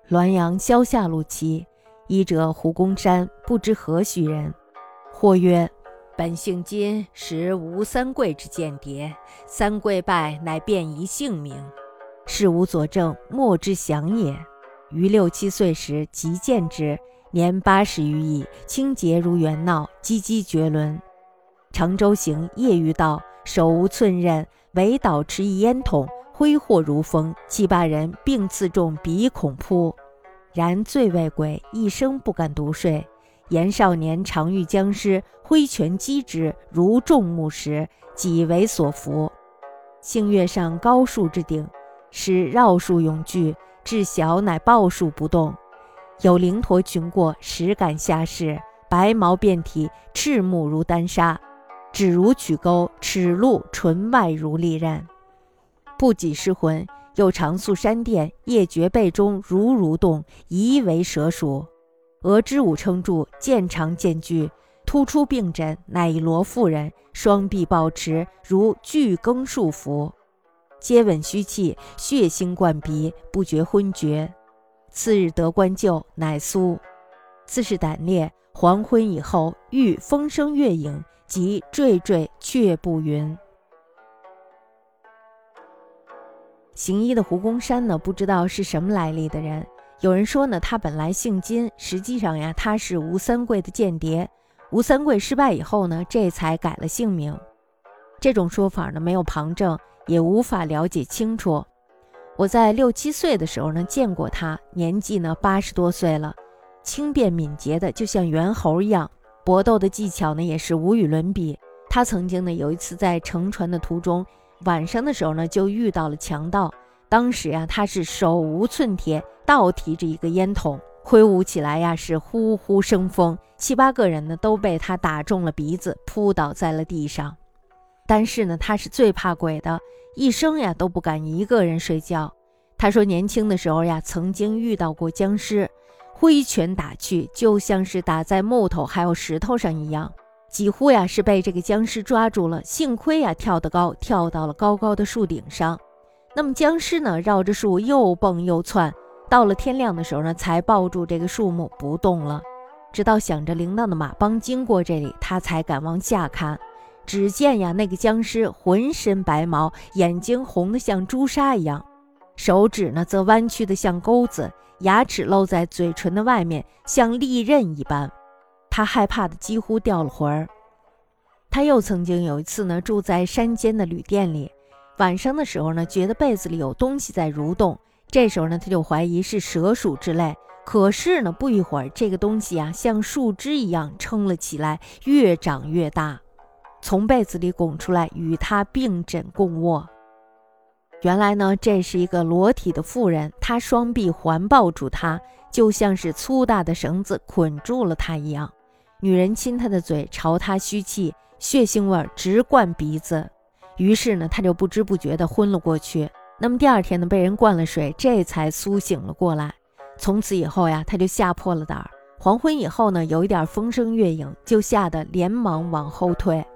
滦阳萧下路骑，医者胡公山，不知何许人。或曰：本姓金，实吴三桂之间谍，三桂败，乃便遗性命。事无佐证，莫之详也。于6、7岁时即见之，年80余矣，清洁如元闹，积积绝伦。常州行，夜于道，手无寸刃，唯倒持一烟筒，挥霍如风，7、8人并刺中鼻孔扑。然醉未归，一生不敢独睡。言少年常遇僵尸，挥拳击之，如众目时，己为所服。幸跃上高树之顶，使绕树永聚，至小乃抱树不动。有灵驼群过，实感下视，白毛遍体，赤目如丹砂，指如曲钩，齿露唇外如利刃。不己失魂，又常宿山殿，夜觉背中如动，疑为蛇鼠。额之五撑住，渐长渐巨，突出并枕，乃一罗妇人，双臂抱持，如巨耕束缚。接吻虚气，血腥灌鼻，不觉昏厥。次日得官救，乃苏。次是胆烈，黄昏以后，遇风声月影，即惴惴却步云。行医的胡公山呢，不知道是什么来历的人。有人说呢，他本来姓金，实际上呀，他是吴三桂的间谍。吴三桂失败以后呢，这才改了姓名。这种说法呢，没有旁证，也无法了解清楚。我在6、7岁的时候呢，见过他，年纪呢80多岁了，轻便敏捷的，就像猿猴一样，搏斗的技巧呢，也是无与伦比。他曾经呢，有一次在乘船的途中，晚上的时候呢，就遇到了强盗。当时呀，他是手无寸铁，倒提着一个烟筒，挥舞起来呀，是呼呼生风，7、8个人呢都被他打中了鼻子，扑倒在了地上。但是呢，他是最怕鬼的，一生呀都不敢一个人睡觉。他说年轻的时候呀，曾经遇到过僵尸，挥拳打去，就像是打在木头还有石头上一样，几乎呀是被这个僵尸抓住了。幸亏呀跳得高，跳到了高高的树顶上。那么僵尸呢，绕着树又蹦又窜，到了天亮的时候呢，才抱住这个树木不动了。直到响着铃铛的马帮经过这里，他才敢往下看。只见呀，那个僵尸浑身白毛，眼睛红得像朱砂一样，手指呢则弯曲得像钩子，牙齿露在嘴唇的外面，像利刃一般。他害怕的几乎掉了魂儿。他又曾经有一次呢，住在山间的旅店里，晚上的时候呢，觉得被子里有东西在蠕动，这时候呢，他就怀疑是蛇鼠之类。可是呢，不一会儿，这个东西啊，像树枝一样撑了起来，越长越大，从被子里拱出来，与他并枕共卧。原来呢，这是一个裸体的妇人，她双臂环抱住他，就像是粗大的绳子捆住了他一样。女人亲他的嘴，朝他嘘气，血腥味直灌鼻子。于是呢，他就不知不觉地昏了过去。那么第二天呢，被人灌了水，这才苏醒了过来。从此以后呀，他就吓破了胆儿。黄昏以后呢，有一点风声月影，就吓得连忙往后退。